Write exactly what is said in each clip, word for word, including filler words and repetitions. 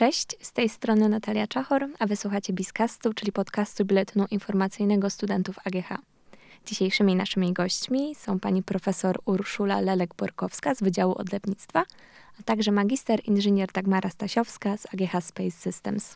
Cześć, z tej strony Natalia Czachor, a wysłuchacie Bizcastu, czyli podcastu biuletynu informacyjnego studentów A G H. Dzisiejszymi naszymi gośćmi są pani profesor Urszula Lelek-Borkowska z Wydziału Odlewnictwa, a także magister inżynier Dagmara Stasiowska z A G H Space Systems.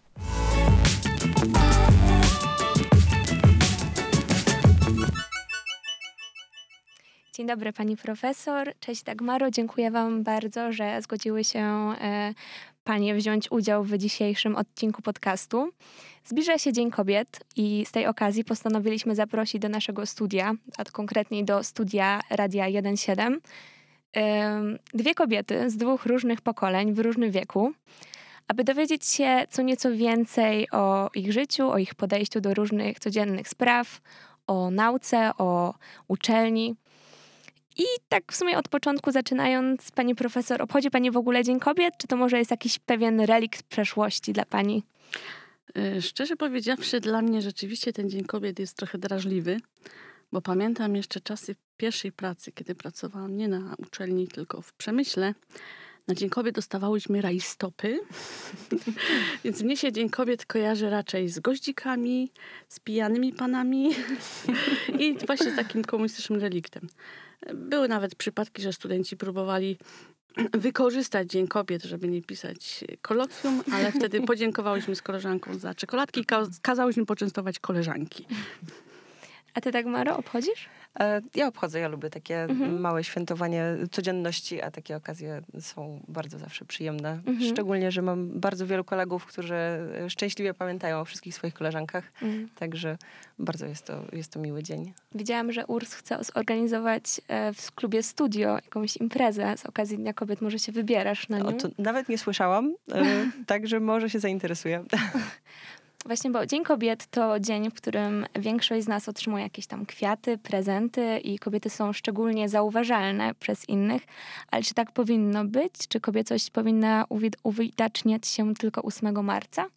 Dzień dobry pani profesor. Cześć Dagmaro. Dziękuję wam bardzo, że zgodziły się e, panie wziąć udział w dzisiejszym odcinku podcastu. Zbliża się Dzień Kobiet i z tej okazji postanowiliśmy zaprosić do naszego studia, a konkretniej do studia Radia jeden siedem, e, dwie kobiety z dwóch różnych pokoleń w różnym wieku, aby dowiedzieć się co nieco więcej o ich życiu, o ich podejściu do różnych codziennych spraw, o nauce, o uczelni. I tak w sumie od początku zaczynając, pani profesor, obchodzi pani w ogóle Dzień Kobiet? Czy to może jest jakiś pewien relikt przeszłości dla pani? Szczerze powiedziawszy, dla mnie rzeczywiście ten Dzień Kobiet jest trochę drażliwy, bo pamiętam jeszcze czasy pierwszej pracy, kiedy pracowałam nie na uczelni, tylko w przemyśle. Na Dzień Kobiet dostawałyśmy rajstopy, więc mnie się Dzień Kobiet kojarzy raczej z goździkami, z pijanymi panami i właśnie z takim komunistycznym reliktem. Były nawet przypadki, że studenci próbowali wykorzystać Dzień Kobiet, żeby nie pisać kolokwium, ale wtedy podziękowałyśmy z koleżanką za czekoladki i kazałyśmy poczęstować koleżanki. A ty, Dagmaro, obchodzisz? Ja obchodzę, ja lubię takie Mhm. małe świętowanie codzienności, a takie okazje są bardzo zawsze przyjemne. Mhm. Szczególnie, że mam bardzo wielu kolegów, którzy szczęśliwie pamiętają o wszystkich swoich koleżankach, Mhm. także bardzo jest to, jest to miły dzień. Widziałam, że U R S chce zorganizować w klubie Studio jakąś imprezę z okazji Dnia Kobiet. Może się wybierasz na nią? O, to nawet nie słyszałam, także może się zainteresuję. Właśnie, bo Dzień Kobiet to dzień, w którym większość z nas otrzymuje jakieś tam kwiaty, prezenty i kobiety są szczególnie zauważalne przez innych. Ale czy tak powinno być? Czy kobiecość powinna uwi- uwidaczniać się tylko ósmego marca?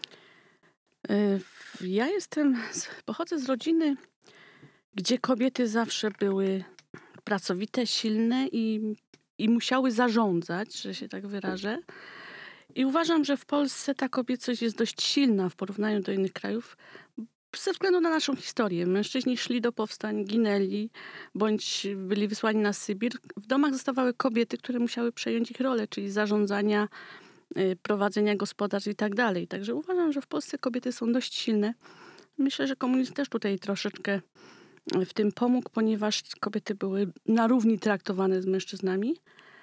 Ja jestem, pochodzę z rodziny, gdzie kobiety zawsze były pracowite, silne i, i musiały zarządzać, że się tak wyrażę. I uważam, że w Polsce ta kobiecość jest dość silna w porównaniu do innych krajów ze względu na naszą historię. Mężczyźni szli do powstań, ginęli, bądź byli wysłani na Sybir. W domach zostawały kobiety, które musiały przejąć ich rolę, czyli zarządzania, prowadzenia gospodarstw i tak dalej. Także uważam, że w Polsce kobiety są dość silne. Myślę, że komunizm też tutaj troszeczkę w tym pomógł, ponieważ kobiety były na równi traktowane z mężczyznami.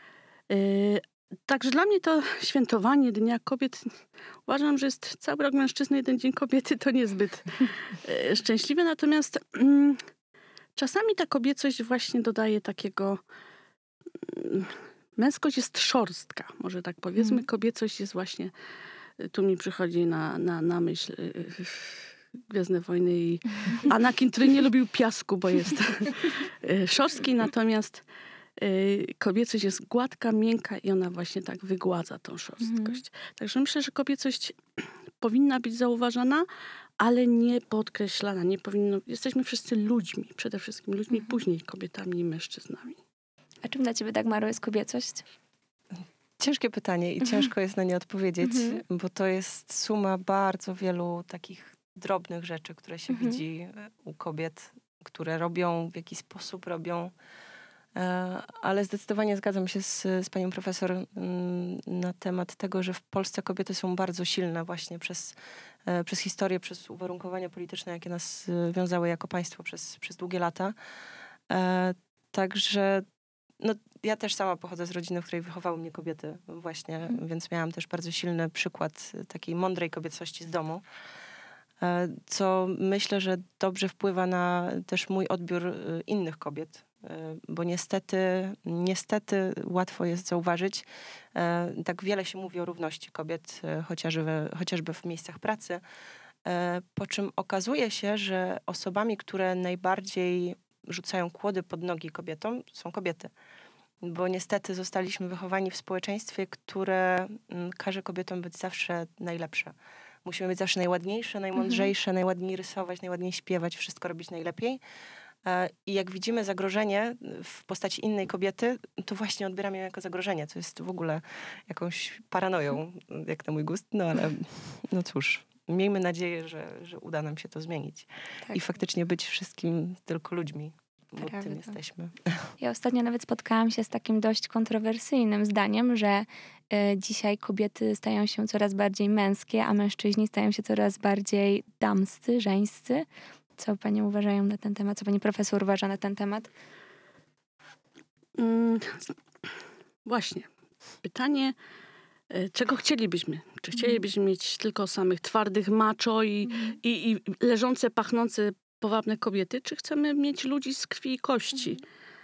Także dla mnie to świętowanie Dnia Kobiet, uważam, że jest cały rok mężczyzny, jeden Dzień Kobiety, to niezbyt szczęśliwe. Natomiast mm, czasami ta kobiecość właśnie dodaje takiego... Mm, męskość jest szorstka, może tak powiedzmy. Mm. Kobiecość jest właśnie, tu mi przychodzi na, na, na myśl yy, Gwiezdne Wojny i Anakin, który nie lubił piasku, bo jest szorstki, natomiast kobiecość jest gładka, miękka i ona właśnie tak wygładza tą szorstkość. Mhm. Także myślę, że kobiecość powinna być zauważana, ale nie podkreślana. Nie powinno... Jesteśmy wszyscy ludźmi, przede wszystkim ludźmi, mhm. później kobietami i mężczyznami. A czym dla ciebie, Dagmaro, jest kobiecość? Ciężkie pytanie i mhm. ciężko jest na nie odpowiedzieć, mhm. bo to jest suma bardzo wielu takich drobnych rzeczy, które się mhm. widzi u kobiet, które robią, w jaki sposób robią. Ale zdecydowanie zgadzam się z, z panią profesor na temat tego, że w Polsce kobiety są bardzo silne właśnie przez, przez historię, przez uwarunkowania polityczne, jakie nas wiązały jako państwo przez, przez długie lata. Także no, ja też sama pochodzę z rodziny, w której wychowały mnie kobiety właśnie, hmm. więc miałam też bardzo silny przykład takiej mądrej kobiecości z domu, co myślę, że dobrze wpływa na też mój odbiór innych kobiet, bo niestety, niestety łatwo jest zauważyć, tak wiele się mówi o równości kobiet, chociażby, chociażby w miejscach pracy, po czym okazuje się, że osobami, które najbardziej rzucają kłody pod nogi kobietom, są kobiety. Bo niestety zostaliśmy wychowani w społeczeństwie, które każe kobietom być zawsze najlepsze. Musimy być zawsze najładniejsze, najmądrzejsze, mhm. najładniej rysować, najładniej śpiewać, wszystko robić najlepiej. I jak widzimy zagrożenie w postaci innej kobiety, to właśnie odbieramy ją jako zagrożenie, co jest w ogóle jakąś paranoją, jak na mój gust. No ale no cóż, miejmy nadzieję, że, że uda nam się to zmienić. Tak. I faktycznie być wszystkim tylko ludźmi, bo Prawda. tym jesteśmy. Ja ostatnio nawet spotkałam się z takim dość kontrowersyjnym zdaniem, że y, dzisiaj kobiety stają się coraz bardziej męskie, a mężczyźni stają się coraz bardziej damscy, żeńscy. Co panie uważają na ten temat? Co pani profesor uważa na ten temat? Mm, właśnie. Pytanie, czego chcielibyśmy? Czy chcielibyśmy mieć tylko samych twardych macho i, mm. i, i leżące, pachnące, powabne kobiety, czy chcemy mieć ludzi z krwi i kości?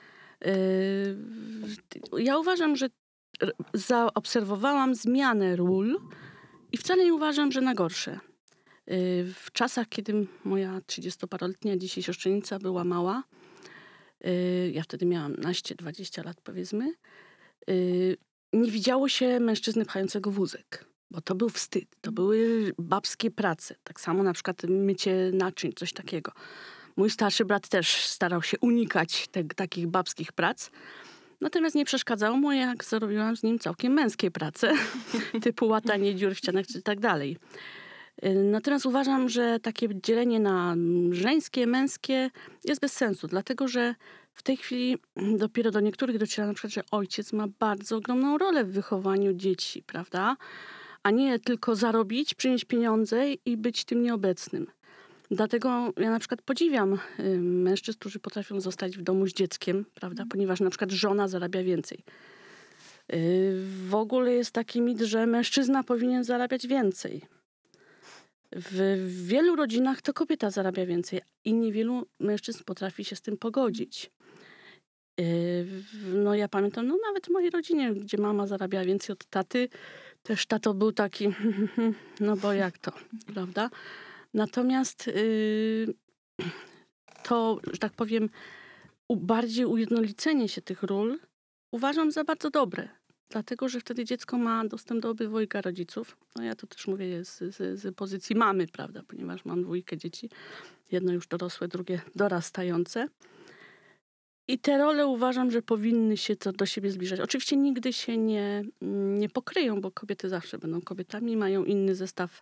Mm. Y, ja uważam, że zaobserwowałam zmianę ról i wcale nie uważam, że na gorsze. W czasach, kiedy moja trzydziestoparoletnia dzisiaj siostrzenica była mała, ja wtedy miałam naście dwadzieścia lat powiedzmy, nie widziało się mężczyzny pchającego wózek, bo to był wstyd. To były babskie prace. Tak samo na przykład mycie naczyń, coś takiego. Mój starszy brat też starał się unikać te, takich babskich prac. Natomiast nie przeszkadzało mu, jak zrobiłam z nim całkiem męskie prace, typu łatanie dziur w ścianach czy tak dalej. Natomiast uważam, że takie dzielenie na żeńskie, męskie jest bez sensu, dlatego że w tej chwili dopiero do niektórych dociera na przykład, że ojciec ma bardzo ogromną rolę w wychowaniu dzieci, prawda? A nie tylko zarobić, przynieść pieniądze i być tym nieobecnym. Dlatego ja na przykład podziwiam y, mężczyzn, którzy potrafią zostać w domu z dzieckiem, prawda? Ponieważ na przykład żona zarabia więcej. Y, w ogóle jest taki mit, że mężczyzna powinien zarabiać więcej. W wielu rodzinach to kobieta zarabia więcej i niewielu mężczyzn potrafi się z tym pogodzić. Yy, no ja pamiętam, no nawet w mojej rodzinie, gdzie mama zarabia więcej od taty, też tato był taki, no bo jak to, prawda? Natomiast yy, to, że tak powiem, u, bardziej ujednolicenie się tych ról uważam za bardzo dobre. Dlatego, że wtedy dziecko ma dostęp do obydwojga rodziców. No ja to też mówię z, z, z pozycji mamy, prawda, ponieważ mam dwójkę dzieci. Jedno już dorosłe, drugie dorastające. I te role uważam, że powinny się to do siebie zbliżać. Oczywiście nigdy się nie, nie pokryją, bo kobiety zawsze będą kobietami, mają inny zestaw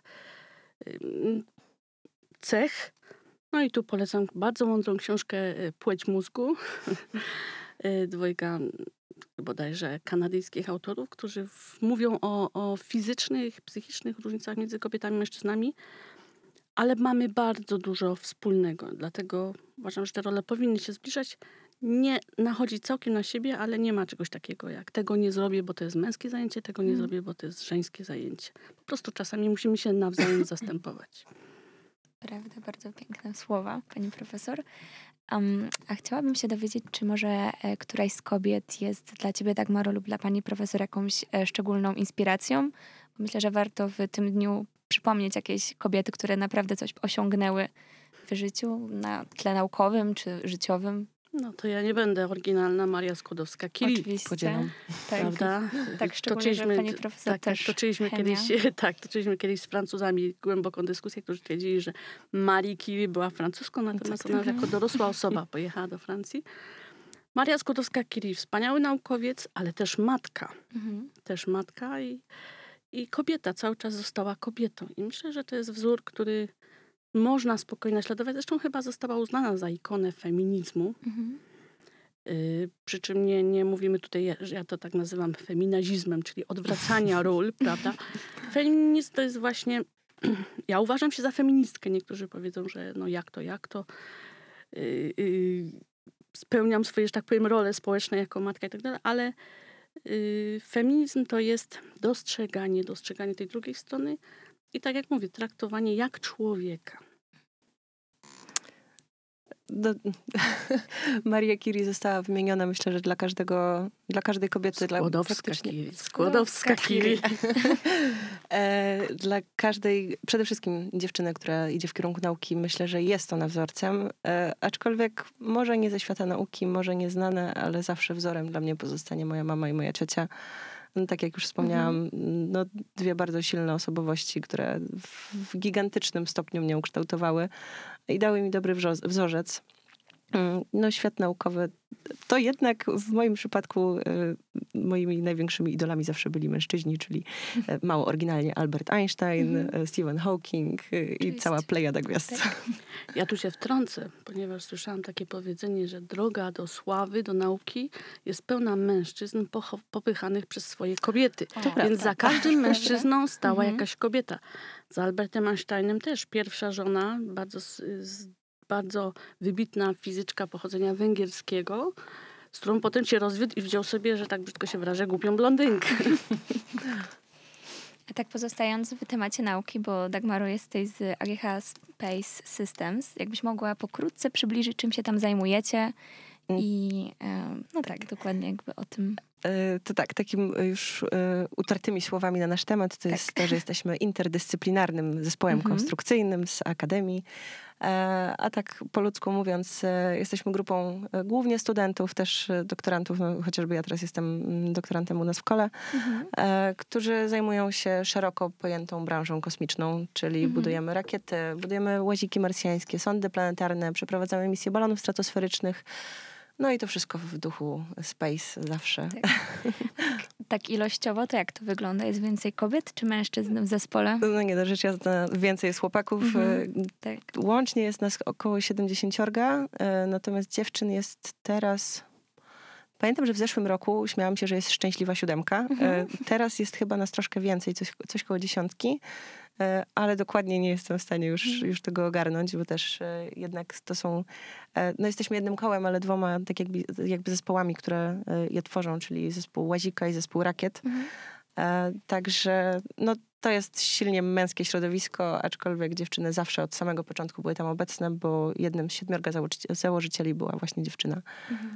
cech. No i tu polecam bardzo mądrą książkę Płeć mózgu. Dwojga bodajże kanadyjskich autorów, którzy w, mówią o, o fizycznych, psychicznych różnicach między kobietami i mężczyznami, ale mamy bardzo dużo wspólnego. Dlatego uważam, że te role powinny się zbliżać, nie nachodzić całkiem na siebie, ale nie ma czegoś takiego jak tego nie zrobię, bo to jest męskie zajęcie, tego nie hmm. zrobię, bo to jest żeńskie zajęcie. Po prostu czasami musimy się nawzajem zastępować. Prawda, bardzo piękne słowa, pani profesor. Um, a chciałabym się dowiedzieć, czy może e, któraś z kobiet jest dla ciebie, Dagmaro, lub dla pani profesor jakąś e, szczególną inspiracją? Myślę, że warto w tym dniu przypomnieć jakieś kobiety, które naprawdę coś osiągnęły w życiu na tle naukowym czy życiowym. No to ja nie będę oryginalna, Maria Skłodowska-Curie. Oczywiście. Podzielam. Tak, prawda? tak, szczególnie, że pani profesor tak, też tak, toczyliśmy kiedyś, tak, toczyliśmy kiedyś z Francuzami głęboką dyskusję, którzy twierdzili, że Marie Curie była francuską, natomiast ona jako dorosła osoba pojechała do Francji. Maria Skłodowska-Curie, wspaniały naukowiec, ale też matka. Mhm. Też matka i, i kobieta, cały czas została kobietą. I myślę, że to jest wzór, który można spokojnie naśladować. Zresztą chyba została uznana za ikonę feminizmu. Mhm. Yy, przy czym nie, nie mówimy tutaj, że ja to tak nazywam feminazizmem, czyli odwracania ról, prawda? Feminizm to jest właśnie... Ja uważam się za feministkę. Niektórzy powiedzą, że no jak to, jak to. Yy, yy, spełniam swoje, że tak powiem, role społeczne jako matka i tak dalej, ale yy, feminizm to jest dostrzeganie, dostrzeganie tej drugiej strony i tak jak mówię, traktowanie jak człowieka. Do, Maria Curie została wymieniona, myślę, że dla każdego, dla każdej kobiety. Skłodowska-Curie. Skłodowska-Curie. e, dla każdej, przede wszystkim dziewczyny, która idzie w kierunku nauki, myślę, że jest ona wzorcem. E, aczkolwiek może nie ze świata nauki, może nieznane, ale zawsze wzorem dla mnie pozostanie moja mama i moja ciocia. No, tak jak już wspomniałam, mhm. no, dwie bardzo silne osobowości, które w, w gigantycznym stopniu mnie ukształtowały i dały mi dobry wzorzec. Mm, No świat naukowy, to jednak w moim przypadku y, moimi największymi idolami zawsze byli mężczyźni, czyli y, mało oryginalnie Albert Einstein, Mhm. y, Stephen Hawking y, i Oczywiście. cała plejada gwiazd. Tak. Ja tu się wtrącę, ponieważ słyszałam takie powiedzenie, że droga do sławy, do nauki jest pełna mężczyzn pocho- popychanych przez swoje kobiety. To Więc za każdym Prawda. mężczyzną stała Mhm. jakaś kobieta. Z Albertem Einsteinem też pierwsza żona, bardzo, s- z, bardzo wybitna fizyczka pochodzenia węgierskiego, z którą potem się rozwiódł i wziął sobie, że tak brzydko się wyrażę, głupią blondynkę. A tak pozostając w temacie nauki, bo Dagmaro jesteś z A G H Space Systems, jakbyś mogła pokrótce przybliżyć, czym się tam zajmujecie Mm. i e, no tak, dokładnie jakby o tym. E, To tak, takim już e, utartymi słowami na nasz temat, to Tak. jest to, że jesteśmy interdyscyplinarnym zespołem Mhm. konstrukcyjnym z Akademii. E, A tak po ludzku mówiąc, e, jesteśmy grupą e, głównie studentów, też e, doktorantów, no, chociażby ja teraz jestem mm, doktorantem u nas w kole, Mhm. e, którzy zajmują się szeroko pojętą branżą kosmiczną, czyli Mhm. budujemy rakiety, budujemy łaziki marsjańskie, sondy planetarne, przeprowadzamy misje balonów stratosferycznych. No i to wszystko w duchu space zawsze. Tak. Tak ilościowo to jak to wygląda? Jest więcej kobiet czy mężczyzn w zespole? No nie, no rzecz jasna, więcej jest chłopaków. Mhm. E, Tak. Łącznie jest nas około siedemdziesiąt, e, natomiast dziewczyn jest teraz... Pamiętam, że w zeszłym roku śmiałam się, że jest szczęśliwa siódemka. E, Teraz jest chyba nas troszkę więcej, coś, coś koło dziesiątki. E, Ale dokładnie nie jestem w stanie już, już tego ogarnąć, bo też e, jednak to są... e, No jesteśmy jednym kołem, ale dwoma tak jakby, jakby zespołami, które e, je tworzą, czyli zespół Łazika i zespół Rakiet. Mhm. E, Także no, to jest silnie męskie środowisko, aczkolwiek dziewczyny zawsze od samego początku były tam obecne, bo jednym z siedmiorga założyci- założycieli była właśnie dziewczyna. Mhm.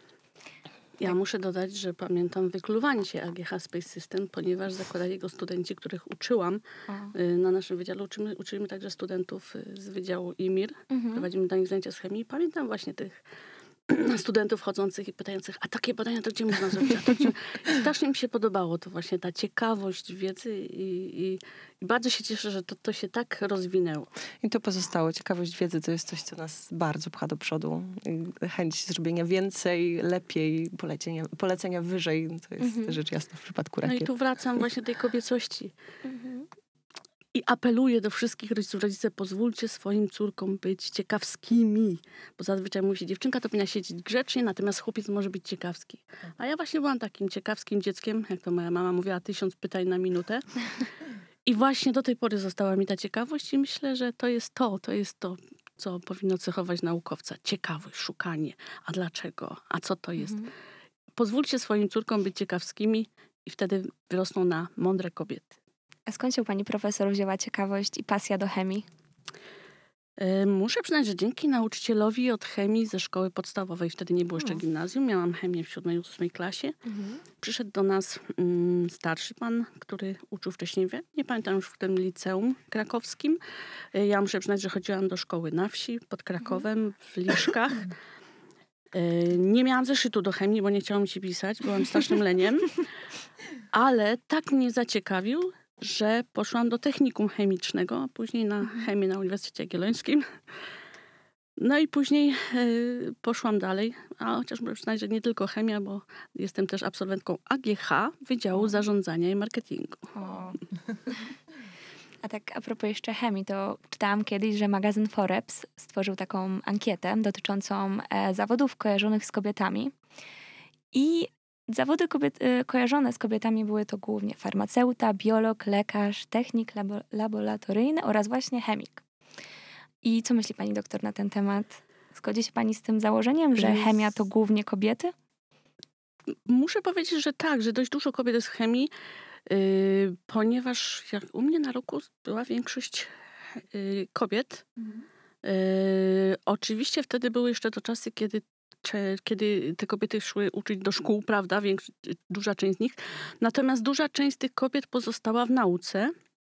Ja muszę dodać, że pamiętam wykluwanie się A G H Space System, ponieważ zakładali go studenci, których uczyłam. O. Y, Na naszym wydziale uczymy, uczymy także studentów y, z Wydziału I M I R. Mhm. Prowadzimy dla nich zajęcia z chemii. Pamiętam właśnie tych studentów chodzących i pytających, a takie badania to gdzie można zrobić? A to gdzie... Strasznie mi się podobało to właśnie ta ciekawość wiedzy i, i, i bardzo się cieszę, że to, to się tak rozwinęło. I to pozostało. Ciekawość wiedzy to jest coś, co nas bardzo pcha do przodu. I chęć zrobienia więcej, lepiej, polecenia, polecenia wyżej. To jest Mhm. rzecz jasna w przypadku No i rakiet. tu wracam właśnie do tej kobiecości. Mhm. I apeluję do wszystkich rodziców, rodzice, pozwólcie swoim córkom być ciekawskimi. Bo zazwyczaj mówi się, dziewczynka to powinna siedzieć grzecznie, natomiast chłopiec może być ciekawski. A ja właśnie byłam takim ciekawskim dzieckiem, jak to moja mama mówiła, tysiąc pytań na minutę. I właśnie do tej pory została mi ta ciekawość i myślę, że to jest to, to jest to, co powinno cechować naukowca. Ciekawość, szukanie. A dlaczego? A co to jest? Mhm. Pozwólcie swoim córkom być ciekawskimi i wtedy wyrosną na mądre kobiety. A skąd się u pani profesor wzięła ciekawość i pasja do chemii? E, Muszę przyznać, że dzięki nauczycielowi od chemii ze szkoły podstawowej, wtedy nie było jeszcze O. gimnazjum, miałam chemię w siódmej, ósmej klasie. Mhm. Przyszedł do nas mm, starszy pan, który uczył wcześniej, w- nie pamiętam już w tym liceum krakowskim. E, Ja muszę przyznać, że chodziłam do szkoły na wsi, pod Krakowem, w Liszkach. E, Nie miałam zeszytu do chemii, bo nie chciałam się pisać, byłam strasznym leniem. Ale tak mnie zaciekawił, że poszłam do technikum chemicznego, a później na chemię na Uniwersytecie Jagiellońskim. No i później y, poszłam dalej, a chociaż muszę przyznać, że nie tylko chemia, bo jestem też absolwentką A G H, Wydziału Zarządzania i Marketingu. O. A tak a propos jeszcze chemii, to czytałam kiedyś, że magazyn Forbes stworzył taką ankietę dotyczącą e, zawodów kojarzonych z kobietami. I zawody kobiet, e, kojarzone z kobietami były to głównie farmaceuta, biolog, lekarz, technik labo, laboratoryjny oraz właśnie chemik. I co myśli pani doktor na ten temat? Zgodzi się pani z tym założeniem, że Jest. chemia to głównie kobiety? Muszę powiedzieć, że tak, że dość dużo kobiet jest w chemii, y, ponieważ jak u mnie na roku była większość y, kobiet. Y, oczywiście wtedy były jeszcze to czasy, kiedy, cze, kiedy te kobiety szły uczyć do szkół, prawda, Większo- duża część z nich. Natomiast duża część z tych kobiet pozostała w nauce.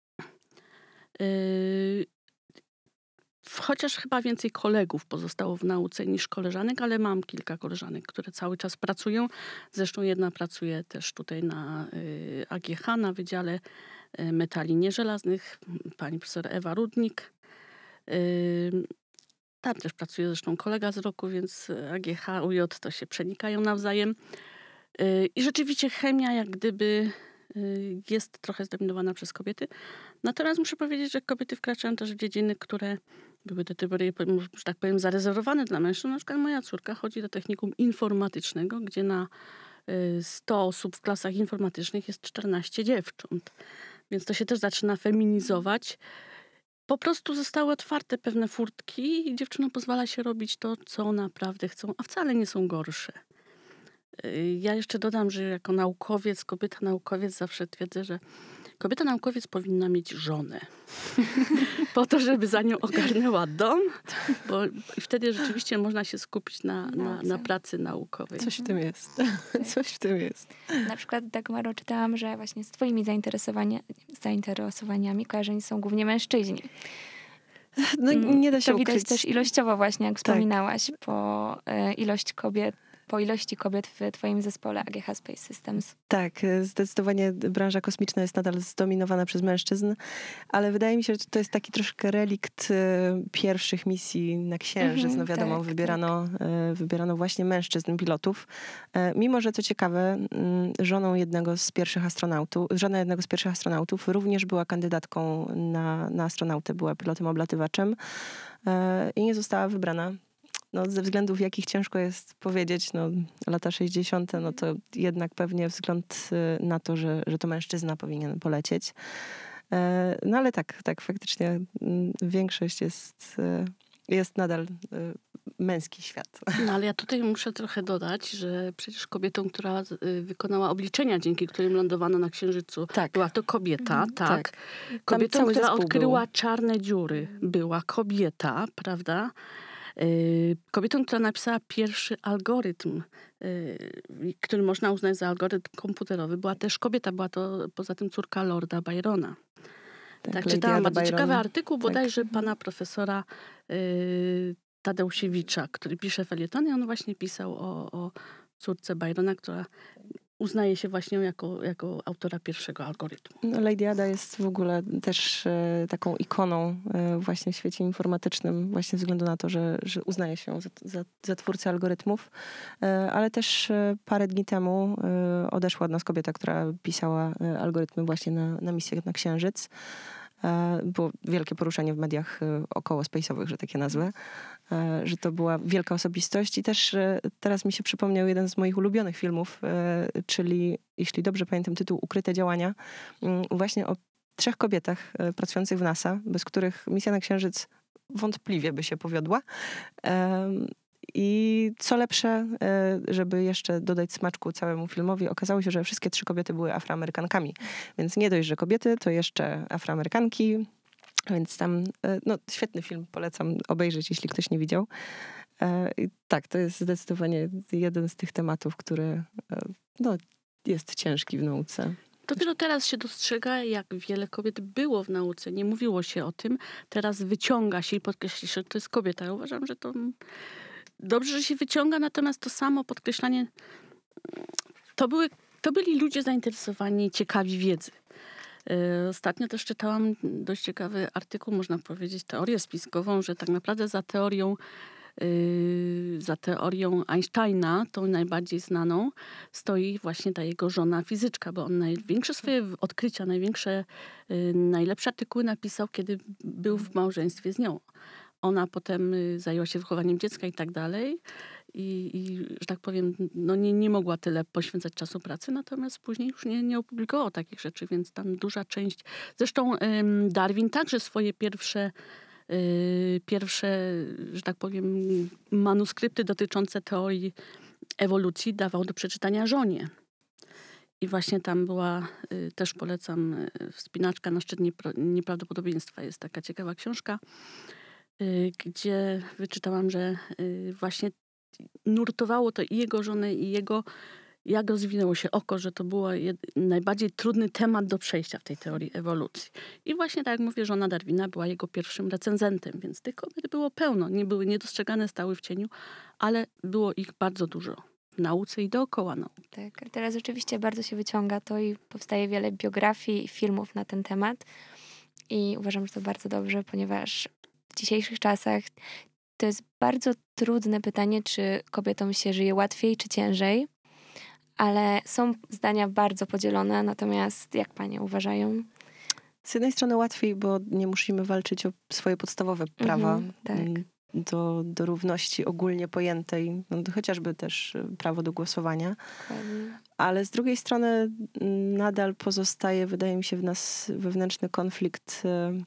Y, Chociaż chyba więcej kolegów pozostało w nauce niż koleżanek, ale mam kilka koleżanek, które cały czas pracują. Zresztą jedna pracuje też tutaj na y, A G H, na Wydziale y, Metali Nieżelaznych, pani profesor Ewa Rudnik. Y, Tam też pracuje zresztą kolega z roku, więc A G H, U J to się przenikają nawzajem. Y, I rzeczywiście chemia jak gdyby y, jest trochę zdominowana przez kobiety. Natomiast muszę powiedzieć, że kobiety wkraczają też w dziedziny, które były do tej pory, powiem, że tak powiem, zarezerwowane dla mężczyzn. Na przykład moja córka chodzi do technikum informatycznego, gdzie na y, sto osób w klasach informatycznych jest czternaście dziewcząt. Więc to się też zaczyna feminizować. Po prostu zostały otwarte pewne furtki i dziewczynom pozwala się robić to, co naprawdę chcą, a wcale nie są gorsze. Y, Ja jeszcze dodam, że jako naukowiec, kobieta naukowiec zawsze twierdzę, że kobieta naukowiec powinna mieć żonę. Po to, żeby za nią ogarnęła dom, bo wtedy rzeczywiście można się skupić na, na, na pracy naukowej. Coś w tym jest. Coś w tym jest. Na przykład, Dagmaro, czytałam, że właśnie z twoimi zainteresowania, zainteresowaniami kojarzeni są głównie mężczyźni. No, nie da się To widać ukryć. też ilościowo właśnie, jak Tak. wspominałaś, po e, ilość kobiet, po ilości kobiet w twoim zespole A G H Space Systems. Tak, zdecydowanie branża kosmiczna jest nadal zdominowana przez mężczyzn, ale wydaje mi się, że to jest taki troszkę relikt e, pierwszych misji na Księżyc. Mhm, No wiadomo, tak, wybierano, e, wybierano właśnie mężczyzn, pilotów. E, mimo, że co ciekawe, m, żoną jednego z pierwszych astronautów, żona jednego z pierwszych astronautów również była kandydatką na, na astronautę, była pilotem oblatywaczem e, i nie została wybrana. No, ze względów, jakich ciężko jest powiedzieć, no, lata sześćdziesiąte, no to jednak pewnie wzgląd y, na to, że, że to mężczyzna powinien polecieć. E, No ale tak, tak, faktycznie mm, większość jest, y, jest nadal y, męski świat. No ale ja tutaj muszę trochę dodać, że przecież kobietą, która y, wykonała obliczenia, dzięki którym lądowano na Księżycu, Tak. była to kobieta, Mhm, tak. tak. Kobietą, cały która zespół odkryła był. czarne dziury, była kobieta, prawda? Y, Kobietą, która napisała pierwszy algorytm, y, który można uznać za algorytm komputerowy, była też kobieta, była to poza tym córka Lorda Byrona. Tak, Lady czytałam Ada bardzo Byron. ciekawy artykuł, Tak. bodajże pana profesora y, Tadeusiewicza, który pisze felietony. On właśnie pisał o, o córce Byrona, która uznaje się właśnie jako, jako autora pierwszego algorytmu. No, Lady Ada jest w ogóle też e, taką ikoną e, właśnie w świecie informatycznym, właśnie ze względu na to, że, że uznaje się ją za, za, za twórcę algorytmów. E, ale też e, parę dni temu e, odeszła od nas kobieta, która pisała e, algorytmy właśnie na, na misję na Księżyc. E, było wielkie poruszenie w mediach e, około space'owych, że takie nazwę. E, że to była wielka osobistość i też e, teraz mi się przypomniał jeden z moich ulubionych filmów, e, czyli, jeśli dobrze pamiętam tytuł, Ukryte działania, m, właśnie o trzech kobietach e, pracujących w NASA, bez których misja na Księżyc wątpliwie by się powiodła. Em, I co lepsze, e, żeby jeszcze dodać smaczku całemu filmowi, okazało się, że wszystkie trzy kobiety były Afroamerykankami. Więc nie dość, że kobiety, to jeszcze Afroamerykanki. Więc tam, e, no świetny film, polecam obejrzeć, jeśli ktoś nie widział. E, i tak, to jest zdecydowanie jeden z tych tematów, który e, no, jest ciężki w nauce. Dopiero teraz się dostrzega, jak wiele kobiet było w nauce. Nie mówiło się o tym. Teraz wyciąga się i podkreśla się, że to jest kobieta. Ja uważam, że to dobrze, że się wyciąga, natomiast to samo podkreślanie, to, były, to byli ludzie zainteresowani, ciekawi wiedzy. Yy, Ostatnio też czytałam dość ciekawy artykuł, można powiedzieć, teorię spiskową, że tak naprawdę za teorią yy, za teorią Einsteina, tą najbardziej znaną, stoi właśnie ta jego żona fizyczka, bo on największe swoje odkrycia, największe, yy, najlepsze artykuły napisał, kiedy był w małżeństwie z nią. Ona potem y, zajęła się wychowaniem dziecka i tak dalej. I, i że tak powiem, no nie, nie mogła tyle poświęcać czasu pracy, natomiast później już nie, nie opublikowała takich rzeczy, więc tam duża część... Zresztą ym, Darwin także swoje pierwsze, y, pierwsze, że tak powiem, manuskrypty dotyczące teorii ewolucji dawał do przeczytania żonie. I właśnie tam była, y, też polecam, y, Wspinaczka na szczyt niepra- nieprawdopodobieństwa. Jest taka ciekawa książka, y, gdzie wyczytałam, że y, właśnie nurtowało to i jego żonę, i jego, jak rozwinęło się oko, że to był najbardziej trudny temat do przejścia w tej teorii ewolucji. I właśnie tak jak mówię, żona Darwina była jego pierwszym recenzentem, więc tych kobiet było pełno. Nie były niedostrzegane, stały w cieniu, ale było ich bardzo dużo w nauce i dookoła nauki. Tak, teraz rzeczywiście bardzo się wyciąga to i powstaje wiele biografii i filmów na ten temat. I uważam, że to bardzo dobrze, ponieważ w dzisiejszych czasach To jest bardzo trudne pytanie, czy kobietom się żyje łatwiej, czy ciężej. Ale są zdania bardzo podzielone, natomiast jak panie uważają? Z jednej strony łatwiej, bo nie musimy walczyć o swoje podstawowe prawa. Mhm, tak. mm, Do, do równości ogólnie pojętej, no, to chociażby też y, prawo do głosowania. Dokładnie. Ale z drugiej strony mm, nadal pozostaje, wydaje mi się, w nas wewnętrzny konflikt.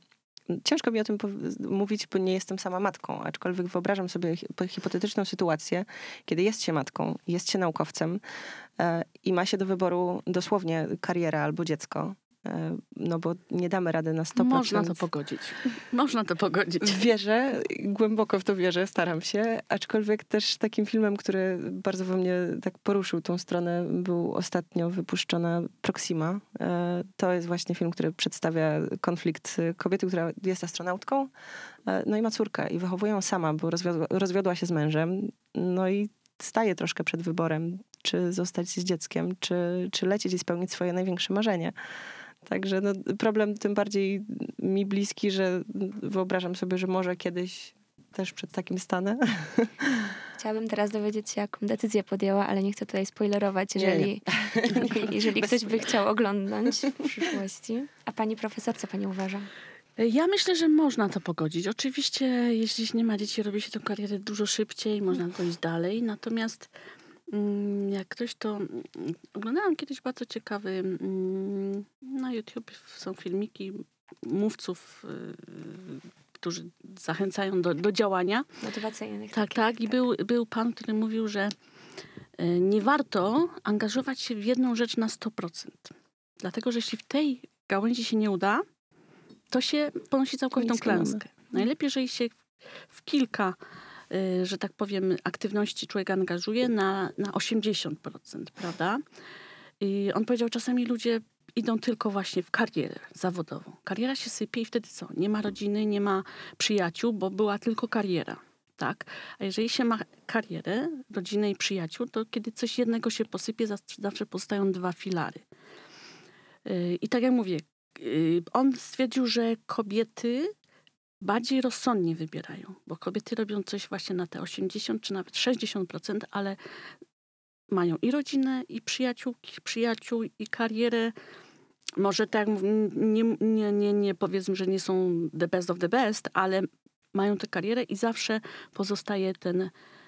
y, Ciężko mi o tym pow- mówić, bo nie jestem sama matką, aczkolwiek wyobrażam sobie hi- hipotetyczną sytuację, kiedy jest się matką, jest się naukowcem e, i ma się do wyboru dosłownie kariera albo dziecko. E, no bo nie damy rady na sto procent. Można to pogodzić. Można to pogodzić. Wierzę, głęboko w to wierzę, staram się, aczkolwiek też takim filmem, który bardzo we mnie tak poruszył tą stronę, był ostatnio wypuszczona Proxima. E, To jest właśnie film, który przedstawia konflikt kobiety, która jest astronautką, e, no i ma córkę i wychowuje ją sama, bo rozwiodła, rozwiodła się z mężem, no i staje troszkę przed wyborem, czy zostać z dzieckiem, czy, czy lecieć i spełnić swoje największe marzenie. Także no, problem tym bardziej mi bliski, że wyobrażam sobie, że może kiedyś też przed takim stanę. Chciałabym teraz dowiedzieć się, jaką decyzję podjęła, ale nie chcę tutaj spoilerować, Nie, jeżeli, jeżeli Bez ktoś by chciał oglądnąć w przyszłości. A pani profesor, co pani uważa? Ja myślę, że można to pogodzić. Oczywiście, jeśli się nie ma dzieci, robi się tę karierę dużo szybciej, można to iść dalej. Natomiast mm, jak ktoś to... mm, Oglądałam kiedyś bardzo ciekawy... mm, Na YouTube są filmiki mówców, y, którzy zachęcają do, do działania. Motywacyjnych. Tak, takich, tak. I był, był pan, który mówił, że y, nie warto angażować się w jedną rzecz na sto procent. Dlatego, że jeśli w tej gałęzi się nie uda, to się ponosi całkowitą Nic nie mamy. klęskę. Najlepiej, jeżeli się w, w kilka, y, że tak powiem, aktywności człowiek angażuje na, na osiemdziesiąt procent, prawda? I on powiedział, czasami ludzie idą tylko właśnie w karierę zawodową. Kariera się sypie i wtedy co? Nie ma rodziny, nie ma przyjaciół, bo była tylko kariera. Tak? A jeżeli się ma karierę, rodzinę i przyjaciół, to kiedy coś jednego się posypie, zawsze- zawsze pozostają dwa filary. Yy, I tak jak mówię, yy, on stwierdził, że kobiety bardziej rozsądnie wybierają, bo kobiety robią coś właśnie na te osiemdziesiąt czy nawet sześćdziesiąt procent, ale mają i rodzinę, i przyjaciółki, przyjaciół, i karierę. Może tak, jak mówię, nie, nie, nie, nie powiedzmy, że nie są the best of the best, ale mają tę karierę i zawsze pozostaje ten,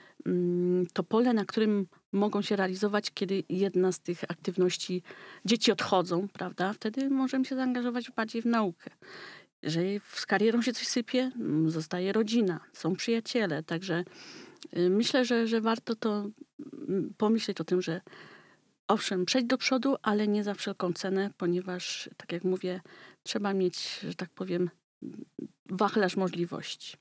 mm, to pole, na którym mogą się realizować, kiedy jedna z tych aktywności, dzieci odchodzą, prawda? Wtedy możemy się zaangażować bardziej w naukę. Jeżeli z karierą się coś sypie, mm, zostaje rodzina, są przyjaciele, także y, myślę, że, że warto to mm, pomyśleć o tym, że owszem, przejść do przodu, ale nie za wszelką cenę, ponieważ, tak jak mówię, trzeba mieć, że tak powiem, wachlarz możliwości.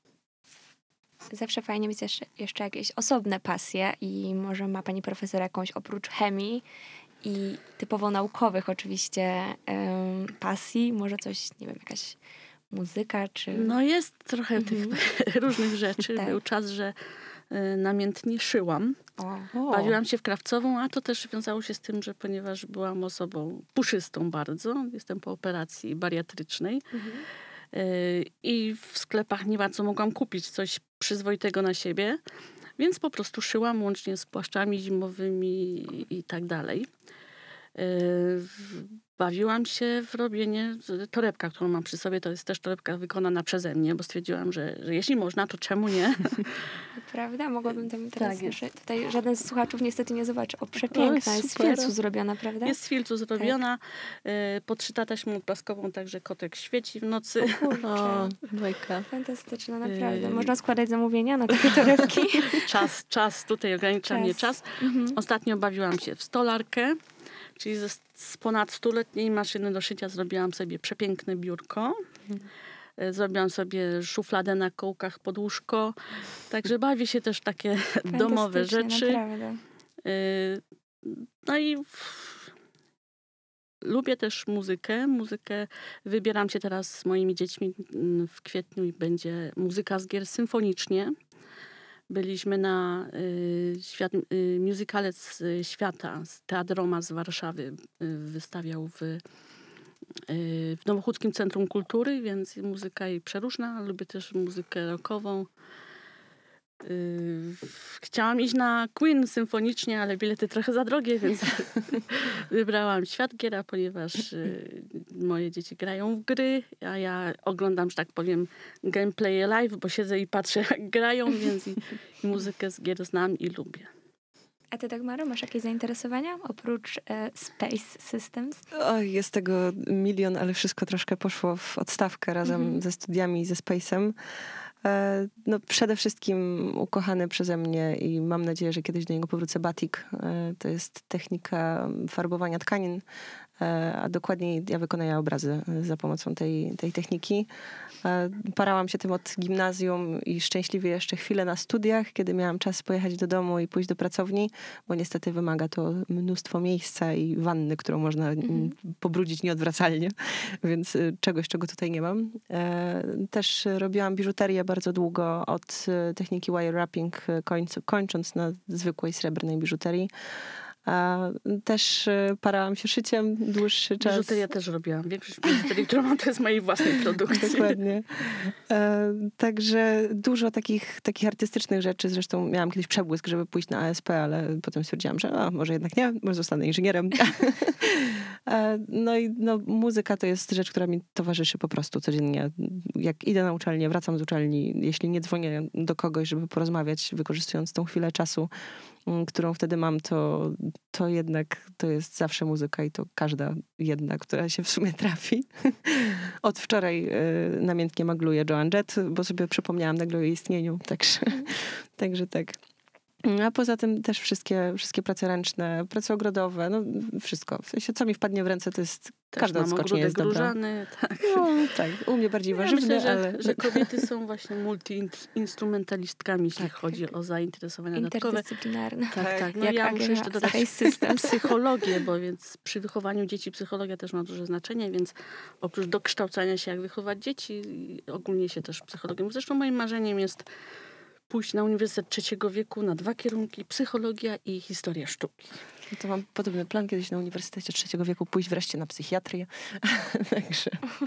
Zawsze fajnie mieć jeszcze, jeszcze jakieś osobne pasje i może ma pani profesor jakąś oprócz chemii i typowo naukowych oczywiście em, pasji, może coś, nie wiem, jakaś muzyka czy... No jest trochę Mhm. tych różnych rzeczy. Tak. Był czas, że y, namiętnie szyłam. O, O, Bawiłam się w krawcową, a to też wiązało się z tym, że ponieważ byłam osobą puszystą bardzo, jestem po operacji bariatrycznej, mhm. y, i w sklepach nie bardzo mogłam kupić coś przyzwoitego na siebie, więc po prostu szyłam łącznie z płaszczami zimowymi i, i tak dalej. Y, w- Bawiłam się w robienie z- torebka, którą mam przy sobie. To jest też torebka wykonana przeze mnie, bo stwierdziłam, że, że jeśli można, to czemu nie? Prawda? Mogłabym tam teraz Tak jest. jeszcze... Tutaj żaden z słuchaczów niestety nie zobaczy. O, przepiękna, jest z super. filcu zrobiona, prawda? Jest z filcu zrobiona, y, podszyta taśmą plaskową, także kotek świeci w nocy. Kurczę. bajka. Fantastyczna, naprawdę. Yy. Można składać zamówienia na takie torebki. Czas, czas, tutaj ogranicza mnie Czas. czas. Mhm. Ostatnio bawiłam się w stolarkę, czyli ze, z ponad stuletniej maszyny do szycia zrobiłam sobie przepiękne biurko. Y, Zrobiłam sobie szufladę na kołkach pod łóżko. Także bawię się też w takie domowe Fantastycznie, rzeczy. Naprawdę. Y, No i w... lubię też muzykę. Muzykę wybieram się teraz z moimi dziećmi mm, w kwietniu i będzie muzyka z gier symfonicznie. Byliśmy na y, świat, y, musicale z y, świata, z Teatr Roma z Warszawy y, wystawiał w, y, w Nowochódzkim Centrum Kultury, więc muzyka i przeróżna. Lubię też muzykę rockową. Yy, chciałam iść na Queen symfonicznie, ale bilety trochę za drogie, więc wybrałam Świat Giera, ponieważ yy, moje dzieci grają w gry, a ja oglądam, że tak powiem, gameplay live, bo siedzę i patrzę, jak grają, więc i, i muzykę z gier znam i lubię. A ty, Dagmaro, masz jakieś zainteresowania oprócz e, Space Systems? Oj, jest tego milion, ale wszystko troszkę poszło w odstawkę razem Mhm. ze studiami i ze Space'em. E, No, przede wszystkim ukochany przeze mnie i mam nadzieję, że kiedyś do niego powrócę batik. E, To jest technika farbowania tkanin, e, a dokładniej ja wykonuję obrazy za pomocą tej, tej techniki. E, Parałam się tym od gimnazjum i szczęśliwie jeszcze chwilę na studiach, kiedy miałam czas pojechać do domu i pójść do pracowni, bo niestety wymaga to mnóstwo miejsca i wanny, którą można mm, pobrudzić nieodwracalnie, więc y, czegoś, czego tutaj nie mam. E, Też robiłam biżuterię bardzo długo, od y, techniki wire wrapping y, końcu, kończąc na zwykłej srebrnej biżuterii. A też y, parałam się szyciem dłuższy czas. Biżuterię też robiłam. Większość biżuterii, którą mam, to jest mojej własnej produkcji. Dokładnie. E, także dużo takich, takich artystycznych rzeczy. Zresztą miałam kiedyś przebłysk, żeby pójść na A S P, ale potem stwierdziłam, że a, może jednak nie, może zostanę inżynierem. e, no i no, muzyka to jest rzecz, która mi towarzyszy po prostu codziennie. Jak idę na uczelnię, wracam z uczelni, jeśli nie dzwonię do kogoś, żeby porozmawiać, wykorzystując tą chwilę czasu, m, którą wtedy mam, to, to jednak to jest zawsze muzyka i to każda jedna, która się w sumie trafi. Od wczoraj y, namiętnie magluję Joan Jett, bo sobie przypomniałam nagle o jej istnieniu, także, także tak. A poza tym też wszystkie, wszystkie prace ręczne, prace ogrodowe, no wszystko. W sensie, co mi wpadnie w ręce, to jest Też każda mam odskocznia jest dobra. różany, tak. No, tak, u mnie bardziej Ja warzywne, myślę, że, ale... że kobiety są właśnie multi-instrumentalistkami, jeśli Tak. chodzi o zainteresowania dodatkowe. Interdyscyplinarne. Tak, tak. No Jak ja A G muszę jeszcze H, dodać Space Systems. psychologię, bo więc przy wychowaniu dzieci psychologia też ma duże znaczenie, więc oprócz dokształcania się, jak wychować dzieci, ogólnie się też psychologią. Zresztą moim marzeniem jest pójść na Uniwersytet Trzeciego Wieku na dwa kierunki, psychologia i historia sztuki. To mam podobny plan kiedyś na Uniwersytecie Trzeciego Wieku, pójść wreszcie na psychiatrię. Także...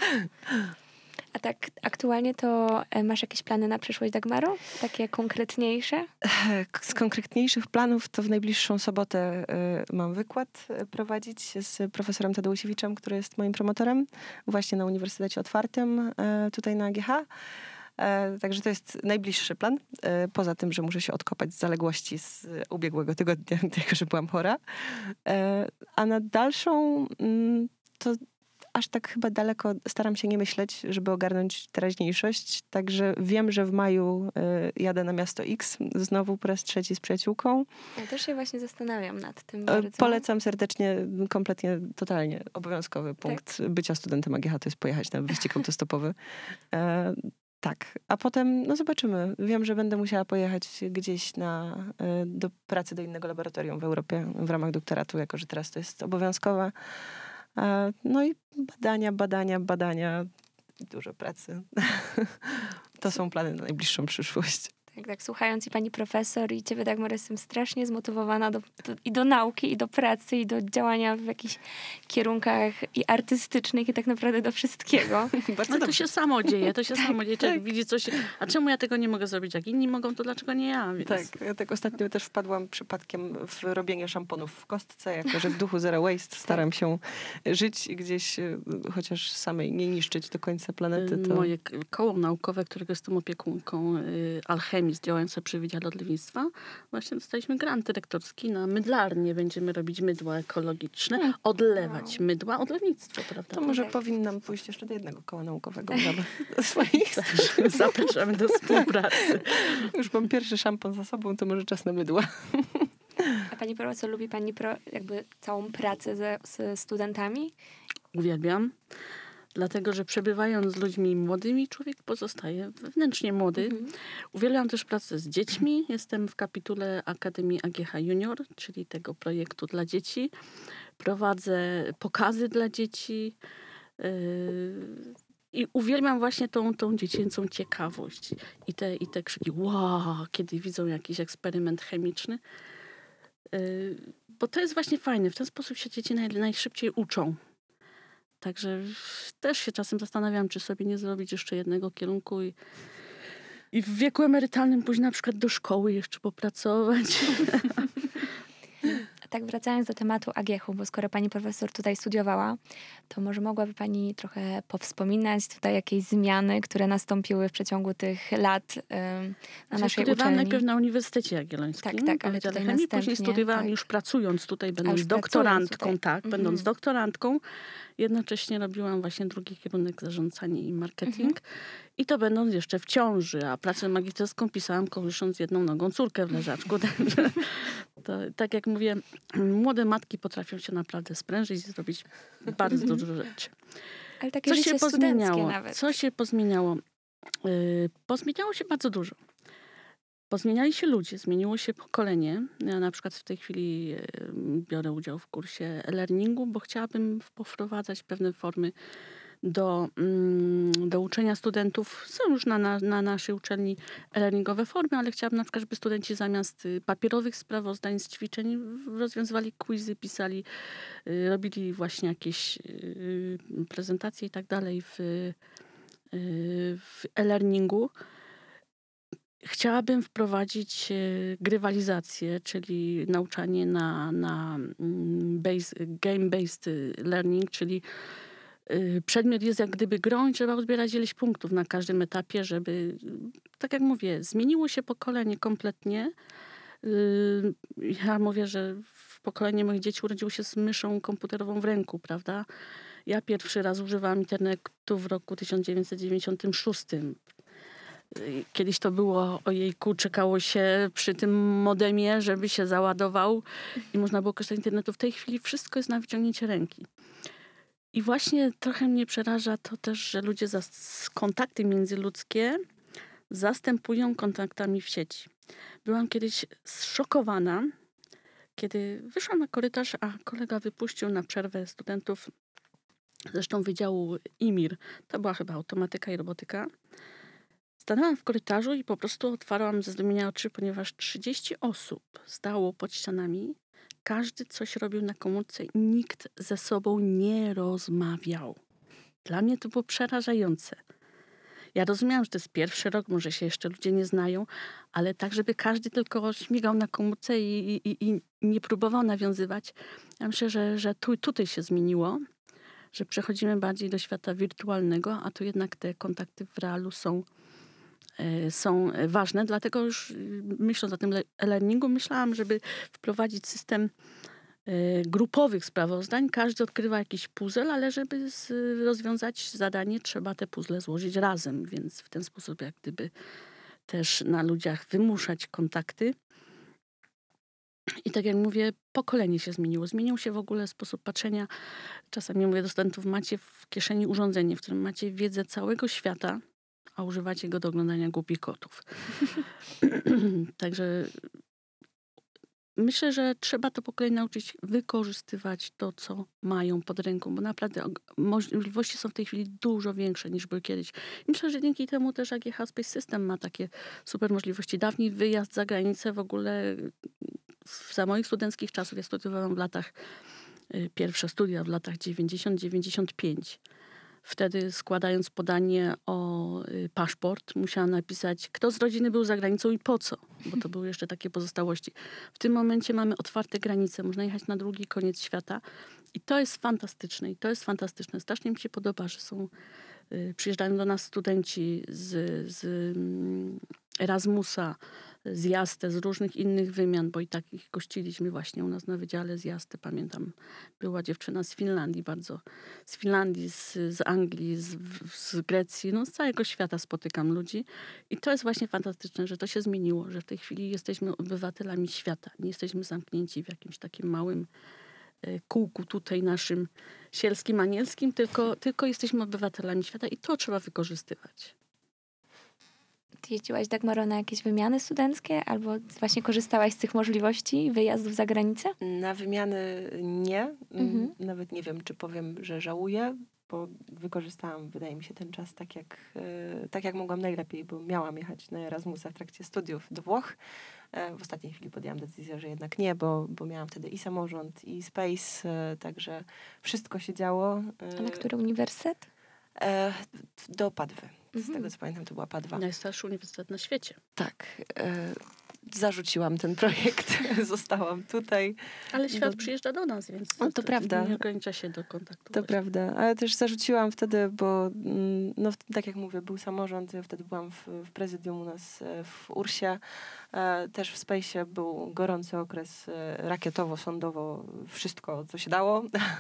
A tak aktualnie to e, masz jakieś plany na przyszłość, Dagmaro? Takie konkretniejsze? Z konkretniejszych planów to w najbliższą sobotę y, mam wykład y, prowadzić z profesorem Tadeusziewiczem, który jest moim promotorem właśnie na Uniwersytecie Otwartym y, tutaj na A G H. E, Także to jest najbliższy plan. E, Poza tym, że muszę się odkopać z zaległości z ubiegłego tygodnia, tego, że byłam chora. E, A na dalszą mm, to aż tak chyba daleko staram się nie myśleć, żeby ogarnąć teraźniejszość. Także wiem, że w maju e, jadę na Miasto X, znowu po raz trzeci z przyjaciółką. Ja też się właśnie zastanawiam nad tym E, bardzo. Polecam serdecznie, kompletnie, totalnie obowiązkowy punkt bycia studentem A G H to jest pojechać na wyścig autostopowy. E, Tak, a potem no zobaczymy. Wiem, że będę musiała pojechać gdzieś na, y, do pracy do innego laboratorium w Europie w ramach doktoratu, jako że teraz to jest obowiązkowe. E, No i badania, badania, badania, dużo pracy. To są plany na najbliższą przyszłość. Tak, tak, słuchając i pani profesor, i ciebie, Dagmar, jestem strasznie zmotywowana do, do, i do nauki, i do pracy, i do działania w jakichś kierunkach i artystycznych, i tak naprawdę do wszystkiego. Bardzo No to dobrze. się samo dzieje, to się samo dzieje. Człowiek widzi coś, a czemu ja tego nie mogę zrobić? Jak inni mogą, to dlaczego nie ja? Więc... Tak, ja tak ostatnio też wpadłam przypadkiem w robienie szamponów w kostce, jako że w duchu Zero Waste staram się żyć i gdzieś, y, chociaż samej nie niszczyć do końca planety. To... Moje k- koło naukowe, którego jestem opiekunką, y, alchemii działające przy Wydziale Odlewnictwa, właśnie dostaliśmy grant rektorski na mydlarnię. Będziemy robić mydła ekologiczne, odlewać mydła, odlewnictwo, prawda? To może Tak. powinnam pójść jeszcze do jednego koła naukowego do swoich. Zapraszamy do współpracy. Już mam pierwszy szampon za sobą, to może czas na mydła. A pani profesor, lubi pani pro, jakby całą pracę ze, ze studentami? Uwielbiam. Dlatego, że przebywając z ludźmi młodymi, człowiek pozostaje wewnętrznie młody. Mhm. Uwielbiam też pracę z dziećmi. Jestem w kapitule Akademii A G H Junior, czyli tego projektu dla dzieci. Prowadzę pokazy dla dzieci. Yy, I uwielbiam właśnie tą, tą dziecięcą ciekawość. I te, i te krzyki, wow, kiedy widzą jakiś eksperyment chemiczny. Yy, bo to jest właśnie fajne. W ten sposób się dzieci naj, najszybciej uczą. Także też się czasem zastanawiam, czy sobie nie zrobić jeszcze jednego kierunku i I w wieku emerytalnym pójść na przykład do szkoły jeszcze popracować. Tak, wracając do tematu A G H-u, bo skoro pani profesor tutaj studiowała, to może mogłaby pani trochę powspominać tutaj jakieś zmiany, które nastąpiły w przeciągu tych lat ym, na Ja naszej studiowałam uczelni? najpierw na Uniwersytecie Jagiellońskim. Tak, tak, ale na Wydziale tutaj Chemii, później następnie, studiowałam tak. już pracując tutaj, będąc już pracując doktorantką, tutaj. tak, Mhm. będąc doktorantką. Jednocześnie robiłam właśnie drugi kierunek zarządzanie i marketing. I to będąc jeszcze w ciąży, a pracę magisterską pisałam kołysząc jedną nogą córkę w leżaczku. Także to, tak jak mówię, młode matki potrafią się naprawdę sprężyć i zrobić bardzo dużo rzeczy. Ale takie Co życie się studenckie pozmieniało? nawet. Co się pozmieniało? Yy, pozmieniało się bardzo dużo. Pozmieniali się ludzie, zmieniło się pokolenie. Ja na przykład w tej chwili yy, biorę udział w kursie e-learningu, bo chciałabym wprowadzać pewne formy do, mm, do uczenia studentów. Są już na, na, na naszej uczelni e-learningowe formy, ale chciałabym na przykład, żeby studenci zamiast y, papierowych sprawozdań z ćwiczeń w- rozwiązywali quizy, pisali, y, robili właśnie jakieś y, prezentacje i tak dalej w, y, w e-learningu. Chciałabym wprowadzić y, grywalizację, czyli nauczanie na, na mm, base, game-based learning, czyli y, przedmiot jest jak gdyby grą i trzeba uzbierać ileś punktów na każdym etapie, żeby, y, tak jak mówię, zmieniło się pokolenie kompletnie. Y, Ja mówię, że w pokolenie moich dzieci urodziło się z myszą komputerową w ręku, prawda? Ja pierwszy raz używałam internetu w roku tysiąc dziewięćset dziewięćdziesiątym szóstym. Y, Kiedyś to było, ojejku, czekało się przy tym modemie, żeby się załadował i można było korzystać z internetu. W tej chwili wszystko jest na wyciągnięcie ręki. I właśnie trochę mnie przeraża to też, że ludzie zas- kontakty międzyludzkie zastępują kontaktami w sieci. Byłam kiedyś zszokowana, kiedy wyszłam na korytarz, a kolega wypuścił na przerwę studentów, zresztą Wydziału I M I R. To była chyba automatyka i robotyka. Stanęłam w korytarzu i po prostu otwarłam ze zdumienia oczy, ponieważ trzydzieści osób stało pod ścianami. Każdy coś robił na komórce i nikt ze sobą nie rozmawiał. Dla mnie to było przerażające. Ja rozumiałam, że to jest pierwszy rok, może się jeszcze ludzie nie znają, ale tak, żeby każdy tylko śmigał na komórce i, i, i nie próbował nawiązywać. Ja myślę, że, że tu, tutaj się zmieniło, że przechodzimy bardziej do świata wirtualnego, a tu jednak te kontakty w realu są, e, są ważne. Dlatego już y, myśląc o tym le- e-learningu, myślałam, żeby wprowadzić system e, grupowych sprawozdań. Każdy odkrywa jakiś puzzle, ale żeby z, rozwiązać zadanie, trzeba te puzzle złożyć razem, więc w ten sposób jak gdyby też na ludziach wymuszać kontakty. I tak jak mówię, pokolenie się zmieniło. Zmienił się w ogóle sposób patrzenia. Czasami mówię do studentów, macie w kieszeni urządzenie, w którym macie wiedzę całego świata, a używacie go do oglądania głupich kotów. Także myślę, że trzeba to pokolenie nauczyć wykorzystywać to, co mają pod ręką, bo naprawdę og- możliwości są w tej chwili dużo większe niż były kiedyś. I myślę, że dzięki temu też A G H Space System ma takie super możliwości. Dawniej wyjazd za granicę w ogóle w- za moich studenckich czasów, ja studiowałam w latach, y, pierwsze studia w latach dziewięćdziesiąt dziewięćdziesiąt pięć. Wtedy składając podanie o y, paszport, musiałam napisać, kto z rodziny był za granicą i po co, bo to były jeszcze takie pozostałości. W tym momencie mamy otwarte granice, można jechać na drugi koniec świata i to jest fantastyczne. I to jest fantastyczne. Strasznie mi się podoba, że są, y, przyjeżdżają do nas studenci z, z mm, Erasmusa, z Jaste, z różnych innych wymian, bo i tak ich gościliśmy właśnie u nas na wydziale z Jaste. Pamiętam, była dziewczyna z Finlandii bardzo, z Finlandii, z, z Anglii, z, z Grecji, no z całego świata spotykam ludzi. I to jest właśnie fantastyczne, że to się zmieniło, że w tej chwili jesteśmy obywatelami świata. Nie jesteśmy zamknięci w jakimś takim małym e, kółku tutaj naszym sielskim, anielskim, tylko, tylko jesteśmy obywatelami świata i to trzeba wykorzystywać. Ty jeździłaś, Dagmaro, na jakieś wymiany studenckie albo właśnie korzystałaś z tych możliwości wyjazdów za granicę? Na wymiany nie. Mhm. Nawet nie wiem, czy powiem, że żałuję, bo wykorzystałam, wydaje mi się, ten czas tak jak, e, tak jak mogłam najlepiej, bo miałam jechać na Erasmusa w trakcie studiów do Włoch. E, W ostatniej chwili podjęłam decyzję, że jednak nie, bo, bo miałam wtedy i samorząd, i space, e, także wszystko się działo. A na który uniwersytet? E, do Padwy. Z Mhm. tego co pamiętam, to była Padwa. Najstarszy uniwersytet na świecie. Tak. E, zarzuciłam ten projekt. Zostałam tutaj. Ale świat Bo- przyjeżdża do nas, więc No, to prawda. nie ogranicza się do kontaktu. To właśnie. prawda, ale też zarzuciłam wtedy, bo mm, no, tak jak mówię, był samorząd, ja wtedy byłam w, w prezydium u nas e, w Ursie, e, też w Space'ie był gorący okres e, rakietowo, sądowo, wszystko co się dało.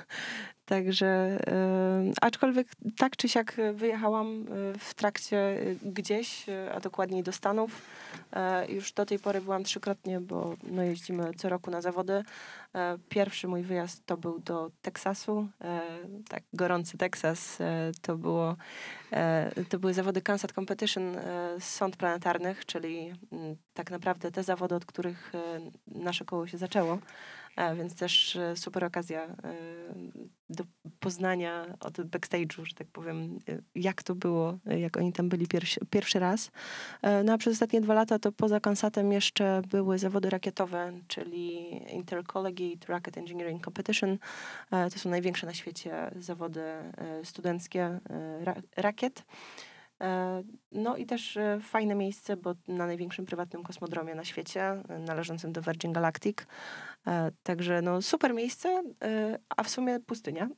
Także e, aczkolwiek tak czy siak wyjechałam e, w trakcie e, gdzieś, e, a dokładniej do Stanów. E, już do tej pory byłam trzykrotnie, bo no, jeździmy co roku na zawody. E, Pierwszy mój wyjazd to był do Teksasu, e, tak gorący Teksas. E, To było, e, to były zawody Kansas Competition e, z sąd planetarnych, czyli mm, tak naprawdę te zawody, od których e, nasze koło się zaczęło. E, Więc też e, super okazja e, do poznania od backstage'u, że tak powiem, e, jak to było, e, jak oni tam byli pierwszy, pierwszy raz. E, No a przez ostatnie dwa lata to poza Kansatem jeszcze były zawody rakietowe, czyli Intercollegiate Rocket Engineering Competition. E, To są największe na świecie zawody e, studenckie e, ra- rakiet. E, No i też e, fajne miejsce, bo na największym prywatnym kosmodromie na świecie, e, należącym do Virgin Galactic. E, Także no super miejsce, e, a w sumie pustynia.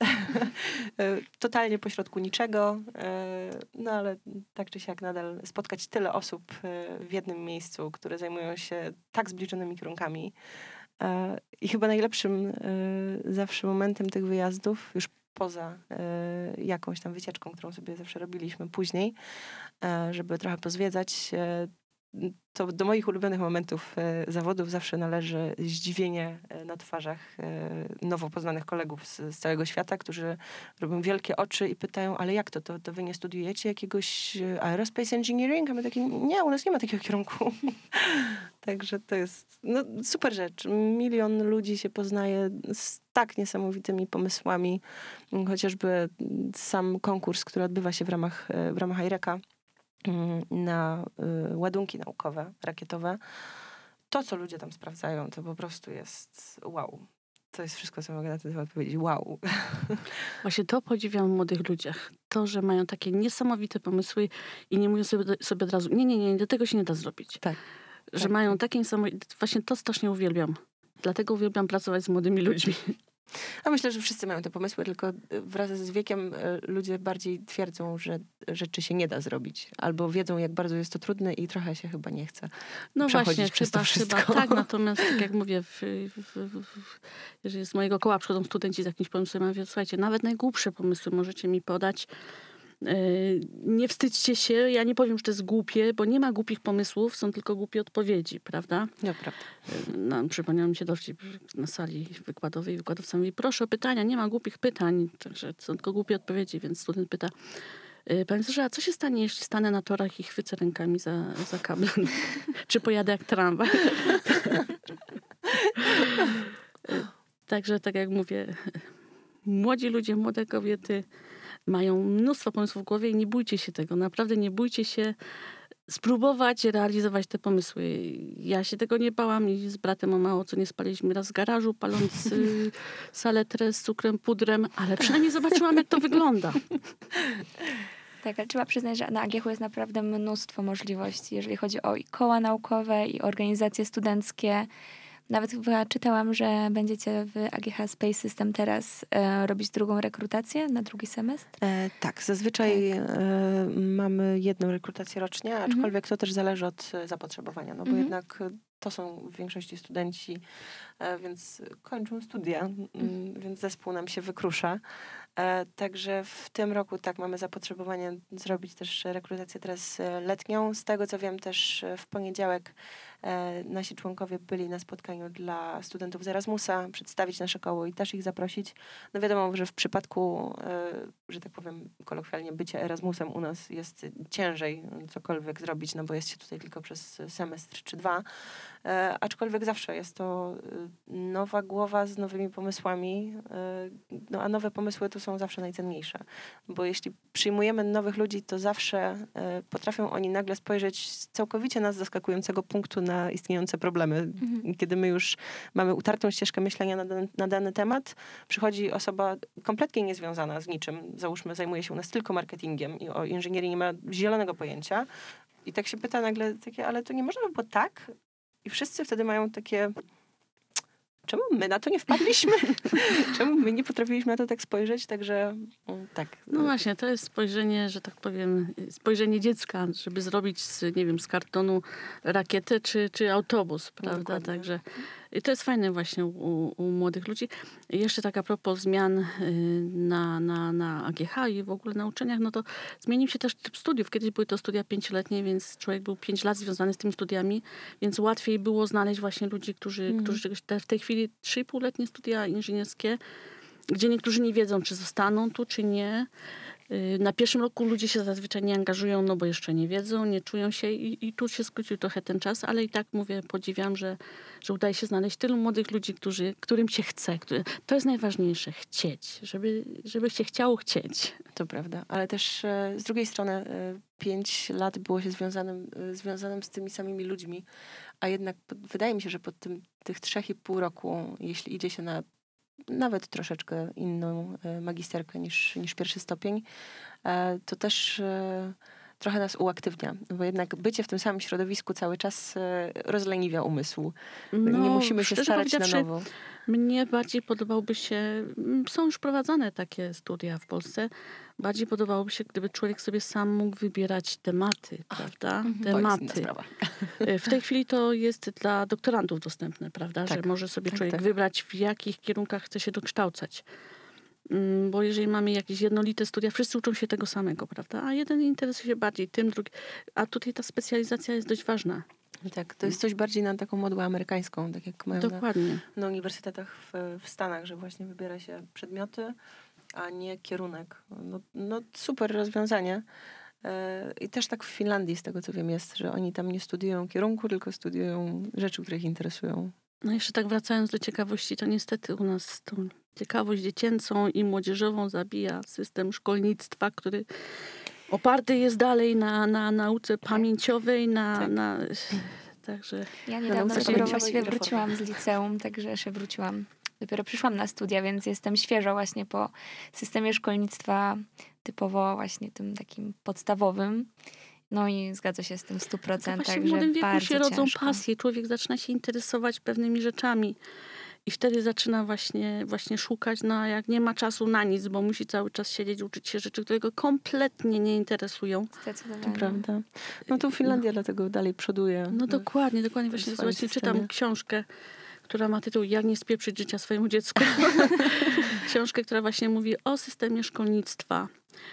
E, Totalnie pośrodku niczego, e, no ale tak czy siak nadal spotkać tyle osób e, w jednym miejscu, które zajmują się tak zbliżonymi kierunkami. E, I chyba najlepszym e, zawsze momentem tych wyjazdów, już poza e, jakąś tam wycieczką, którą sobie zawsze robiliśmy później, e, żeby trochę pozwiedzać, e, to do moich ulubionych momentów e, zawodów zawsze należy zdziwienie e, na twarzach e, nowo poznanych kolegów z, z całego świata, którzy robią wielkie oczy i pytają, ale jak to, to, to wy nie studiujecie jakiegoś e, aerospace engineering? A my taki, nie, u nas nie ma takiego kierunku. Także to jest no, super rzecz. Milion ludzi się poznaje z tak niesamowitymi pomysłami. Chociażby sam konkurs, który odbywa się w ramach, e, w ramach IREKA mm, na y, ładunki naukowe, rakietowe. To, co ludzie tam sprawdzają, to po prostu jest wow. To jest wszystko, co mogę na ten temat powiedzieć. Wow. Właśnie to podziwiam w młodych ludziach. To, że mają takie niesamowite pomysły i nie mówią sobie, sobie od razu, nie, nie, nie, do tego się nie da zrobić. Tak. Że tak, mają tak. takie niesamowite, właśnie to strasznie uwielbiam. Dlatego uwielbiam pracować z młodymi ludźmi. A myślę, że wszyscy mają te pomysły, tylko wraz z wiekiem y, ludzie bardziej twierdzą, że rzeczy się nie da zrobić. Albo wiedzą, jak bardzo jest to trudne i trochę się chyba nie chce No przechodzić właśnie, przez chyba, to wszystko. chyba tak, natomiast tak jak mówię, w, w, w, w, jeżeli z mojego koła przychodzą studenci z jakimś pomysłem, ja mówię, słuchajcie, nawet najgłupsze pomysły możecie mi podać. Yy, nie wstydźcie się, ja nie powiem, że to jest głupie, bo nie ma głupich pomysłów, są tylko głupie odpowiedzi, prawda? No, prawda. Yy, no, przypomniał mi się dowcip na sali wykładowej. Wykładowca mówi, proszę o pytania, nie ma głupich pytań, także są tylko głupie odpowiedzi, więc student pyta, yy, panie profesorze, a co się stanie, jeśli stanę na torach i chwycę rękami za, za kable? Czy pojadę jak tramwaj? Yy, Także tak jak mówię, młodzi ludzie, młode kobiety mają mnóstwo pomysłów w głowie i nie bójcie się tego. Naprawdę nie bójcie się spróbować realizować te pomysły. Ja się tego nie bałam i z bratem o mało co nie spaliliśmy raz w garażu, paląc y, saletrę z cukrem, pudrem, ale przynajmniej zobaczyłam, jak to wygląda. Tak, ale trzeba przyznać, że na A G H U jest naprawdę mnóstwo możliwości, jeżeli chodzi o i koła naukowe, i organizacje studenckie. Nawet chyba czytałam, że będziecie w A G H Space System teraz e, robić drugą rekrutację na drugi semestr. E, tak, zazwyczaj Tak. E, mamy jedną rekrutację rocznie, aczkolwiek to też zależy od e, zapotrzebowania, no bo Mhm. jednak e, to są w większości studenci, e, więc kończą studia, m, więc zespół nam się wykrusza. E, Także w tym roku tak mamy zapotrzebowanie zrobić też rekrutację teraz e, letnią. Z tego co wiem też e, w poniedziałek e, nasi członkowie byli na spotkaniu dla studentów z Erasmusa, przedstawić nasze koło i też ich zaprosić. No wiadomo, że w przypadku, e, że tak powiem kolokwialnie, bycia Erasmusem u nas jest ciężej cokolwiek zrobić, no bo jest się tutaj tylko przez semestr czy dwa. E, aczkolwiek zawsze jest to e, nowa głowa z nowymi pomysłami, e, no a nowe pomysły to są zawsze najcenniejsze, bo jeśli przyjmujemy nowych ludzi, to zawsze e, potrafią oni nagle spojrzeć z całkowicie nas zaskakującego punktu na istniejące problemy. Mhm. Kiedy my już mamy utartą ścieżkę myślenia na dany, na dany temat, przychodzi osoba kompletnie niezwiązana z niczym, załóżmy zajmuje się u nas tylko marketingiem i o inżynierii nie ma zielonego pojęcia i tak się pyta nagle takie, ale to nie można by było tak? I wszyscy wtedy mają takie... Czemu my na to nie wpadliśmy? Czemu my nie potrafiliśmy na to tak spojrzeć? Także tak. No właśnie, to jest spojrzenie, że tak powiem, spojrzenie dziecka, żeby zrobić z, nie wiem, z kartonu rakietę czy, czy autobus, prawda? Dokładnie. Także i to jest fajne właśnie u, u młodych ludzi. I jeszcze tak a propos zmian na, na, na A G H i w ogóle na uczelniach, no to zmienił się też typ studiów. Kiedyś były to studia pięcioletnie, więc człowiek był pięć lat związany z tymi studiami, więc łatwiej było znaleźć właśnie ludzi, którzy, mm. którzy czegoś... W tej chwili trzy i półletnie studia inżynierskie, gdzie niektórzy nie wiedzą, czy zostaną tu, czy nie. Na pierwszym roku ludzie się zazwyczaj nie angażują, no bo jeszcze nie wiedzą, nie czują się i, i tu się skrócił trochę ten czas, ale i tak mówię, podziwiam, że, że udaje się znaleźć tylu młodych ludzi, którzy, którym się chce. Który, to jest najważniejsze, chcieć, żeby, żeby się chciało chcieć. To prawda, ale też e, z drugiej strony e, pięć lat było się związanym, e, związanym z tymi samymi ludźmi, a jednak pod, wydaje mi się, że pod tym, tych trzech i pół roku, jeśli idzie się na nawet troszeczkę inną magisterkę niż, niż pierwszy stopień, to też trochę nas uaktywnia, bo jednak bycie w tym samym środowisku cały czas rozleniwia umysł. No, nie musimy się starać na nowo. Mnie bardziej podobałby się, są już prowadzone takie studia w Polsce, bardziej podobałoby się, gdyby człowiek sobie sam mógł wybierać tematy, Ach, prawda? Mm-hmm. Tematy. W tej chwili to jest dla doktorantów dostępne, prawda? Tak, że może sobie tak, człowiek tak. wybrać, w jakich kierunkach chce się dokształcać. Bo jeżeli mamy jakieś jednolite studia, wszyscy uczą się tego samego, prawda? A jeden interesuje się bardziej tym, drugi. A tutaj ta specjalizacja jest dość ważna. Tak, to jest coś bardziej na taką modłę amerykańską, tak jak mają Dokładnie. Na, na uniwersytetach w, w Stanach, że właśnie wybiera się przedmioty, a nie kierunek. No, no super rozwiązanie. E, I też tak w Finlandii, z tego co wiem, jest, że oni tam nie studiują kierunku, tylko studiują rzeczy, które ich interesują. No jeszcze tak wracając do ciekawości, to niestety u nas tą ciekawość dziecięcą i młodzieżową zabija system szkolnictwa, który oparty jest dalej na, na nauce pamięciowej, na... Tak. na także ja niedawno dopiero właściwie wróciłam z liceum, także jeszcze wróciłam. Dopiero przyszłam na studia, więc jestem świeżo właśnie po systemie szkolnictwa typowo właśnie tym takim podstawowym. No i zgadza się z tym w stu procentach, że w młodym wieku się rodzą ciężko. pasje. Człowiek zaczyna się interesować pewnymi rzeczami. I wtedy zaczyna właśnie, właśnie szukać, no a jak nie ma czasu na nic, bo musi cały czas siedzieć, uczyć się rzeczy, które go kompletnie nie interesują. Zdecydowanie. To prawda. No to Finlandia no. dlatego dalej przoduje. No dokładnie, dokładnie. Właśnie, właśnie czytam książkę, która ma tytuł Jak nie spieprzyć życia swojemu dziecku. Książkę, która właśnie mówi o systemie szkolnictwa.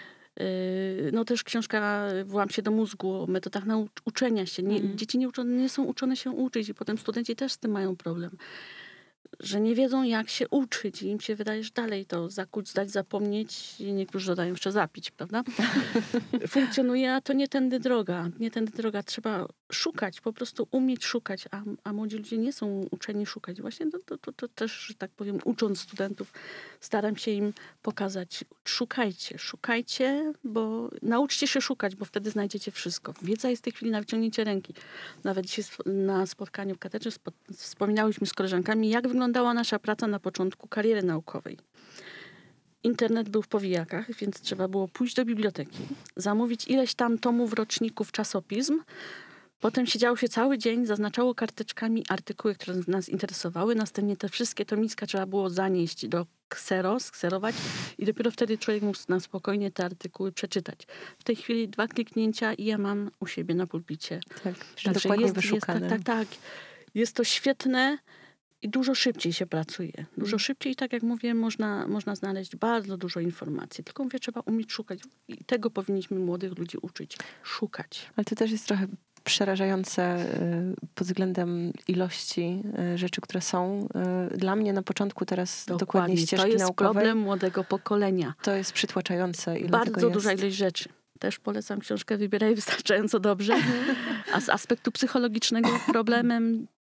No też książka Włam się do mózgu, o metodach nau- uczenia się. Nie, mm. Dzieci nie, uczone, nie są uczone się uczyć i potem studenci też z tym mają problem. Że nie wiedzą, jak się uczyć i im się wydaje, że dalej to zakuć, zdać, zapomnieć i niektórzy dodają jeszcze zapić, prawda? Funkcjonuje, a to nie tędy droga. Nie tędy droga. Trzeba szukać, po prostu umieć szukać, a, a młodzi ludzie nie są uczeni szukać. Właśnie to, to, to, to też, że tak powiem, ucząc studentów, staram się im pokazać. Szukajcie, szukajcie, bo nauczcie się szukać, bo wtedy znajdziecie wszystko. Wiedza jest w tej chwili na wyciągnięcie ręki. Nawet dzisiaj na spotkaniu w katedrze wspominałyśmy z koleżankami, jak wyglądała nasza praca na początku kariery naukowej. Internet był w powijakach, więc trzeba było pójść do biblioteki, zamówić ileś tam tomów, roczników, czasopism. Potem siedziało się cały dzień, zaznaczało karteczkami artykuły, które nas interesowały. Następnie te wszystkie tomiska trzeba było zanieść do ksero, skserować i dopiero wtedy człowiek mógł na spokojnie te artykuły przeczytać. W tej chwili dwa kliknięcia i ja mam u siebie na pulpicie. Tak, dokładnie jest, wyszukane. Jest, tak, tak, tak. Jest to świetne. I dużo szybciej się pracuje. Dużo szybciej, tak jak mówię, można, można znaleźć bardzo dużo informacji. Tylko mówię, trzeba umieć szukać. I tego powinniśmy młodych ludzi uczyć. Szukać. Ale to też jest trochę przerażające pod względem ilości rzeczy, które są. Dla mnie na początku teraz dokładnie, dokładnie ścieżki naukowej. To jest naukowej, problem młodego pokolenia. To jest przytłaczające. Ile bardzo tego duża jest. ilość rzeczy. Też polecam książkę Wybieraj wystarczająco dobrze. A z aspektu psychologicznego problemem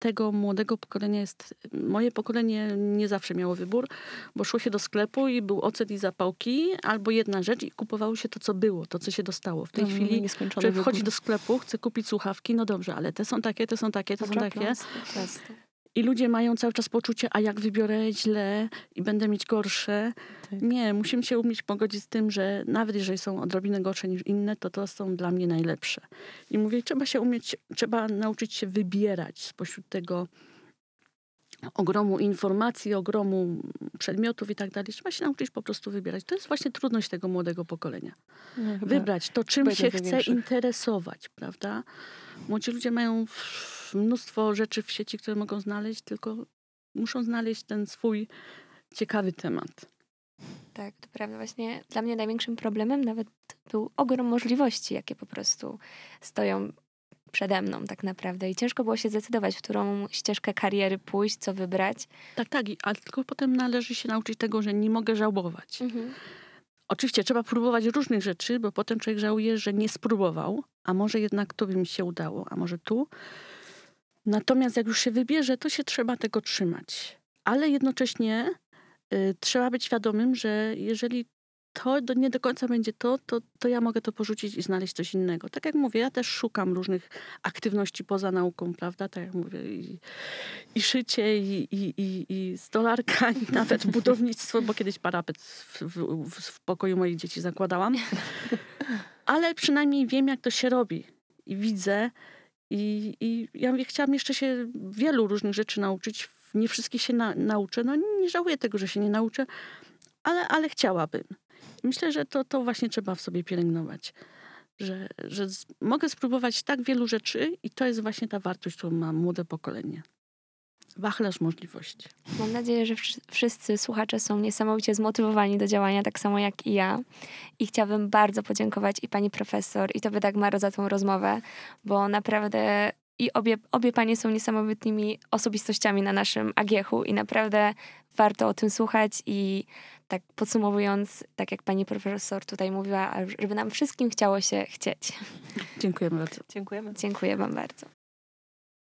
tego młodego pokolenia jest... Moje pokolenie nie zawsze miało wybór, bo szło się do sklepu i był ocet i zapałki, albo jedna rzecz i kupowało się to, co było, to, co się dostało. W tej No, chwili nieskończony człowiek wybór. wchodzi do sklepu, chce kupić słuchawki, no dobrze, ale te są takie, te są takie, te są takie. Często. I ludzie mają cały czas poczucie, a jak wybiorę źle i będę mieć gorsze. Tak. Nie, musimy się umieć pogodzić z tym, że nawet jeżeli są odrobinę gorsze niż inne, to to są dla mnie najlepsze. I mówię, trzeba się umieć, trzeba nauczyć się wybierać spośród tego ogromu informacji, ogromu przedmiotów i tak dalej. Trzeba się nauczyć po prostu wybierać. To jest właśnie trudność tego młodego pokolenia. No, chyba Wybrać to, czym chyba się jedno z chce największych. interesować, prawda? Młodzi ludzie mają w- mnóstwo rzeczy w sieci, które mogą znaleźć, tylko muszą znaleźć ten swój ciekawy temat. Tak, to prawda. Właśnie dla mnie największym problemem nawet był ogrom możliwości, jakie po prostu stoją przede mną tak naprawdę. I ciężko było się zdecydować, w którą ścieżkę kariery pójść, co wybrać. Tak, tak, i- ale tylko potem należy się nauczyć tego, że nie mogę żałować. Oczywiście trzeba próbować różnych rzeczy, bo potem człowiek żałuje, że nie spróbował, a może jednak to by mi się udało, a może tu. Natomiast jak już się wybierze, to się trzeba tego trzymać. Ale jednocześnie y, trzeba być świadomym, że jeżeli to do, nie do końca będzie to, to, to ja mogę to porzucić i znaleźć coś innego. Tak jak mówię, ja też szukam różnych aktywności poza nauką, prawda? Tak jak mówię, i, i szycie, i, i, i, i stolarka, i nawet budownictwo, bo kiedyś parapet w, w, w, w pokoju moich dzieci zakładałam. Ale przynajmniej wiem, jak to się robi. I widzę. I, i ja mówię, chciałam jeszcze się wielu różnych rzeczy nauczyć. Nie wszystkich się na, nauczę. No nie żałuję tego, że się nie nauczę, ale, ale chciałabym. Myślę, że to, to właśnie trzeba w sobie pielęgnować. Że, że z, mogę spróbować tak wielu rzeczy i to jest właśnie ta wartość, którą ma młode pokolenie. Wachlarz możliwości. Mam nadzieję, że wszy- wszyscy słuchacze są niesamowicie zmotywowani do działania, tak samo jak i ja. I chciałabym bardzo podziękować i pani profesor, i tobie, Dagmaro, za tą rozmowę, bo naprawdę i obie, obie panie są niesamowitymi osobistościami na naszym Agiechu i naprawdę warto o tym słuchać i tak podsumowując, tak jak pani profesor tutaj mówiła, żeby nam wszystkim chciało się chcieć. Dziękujemy bardzo. Dziękujemy. Dziękuję wam bardzo.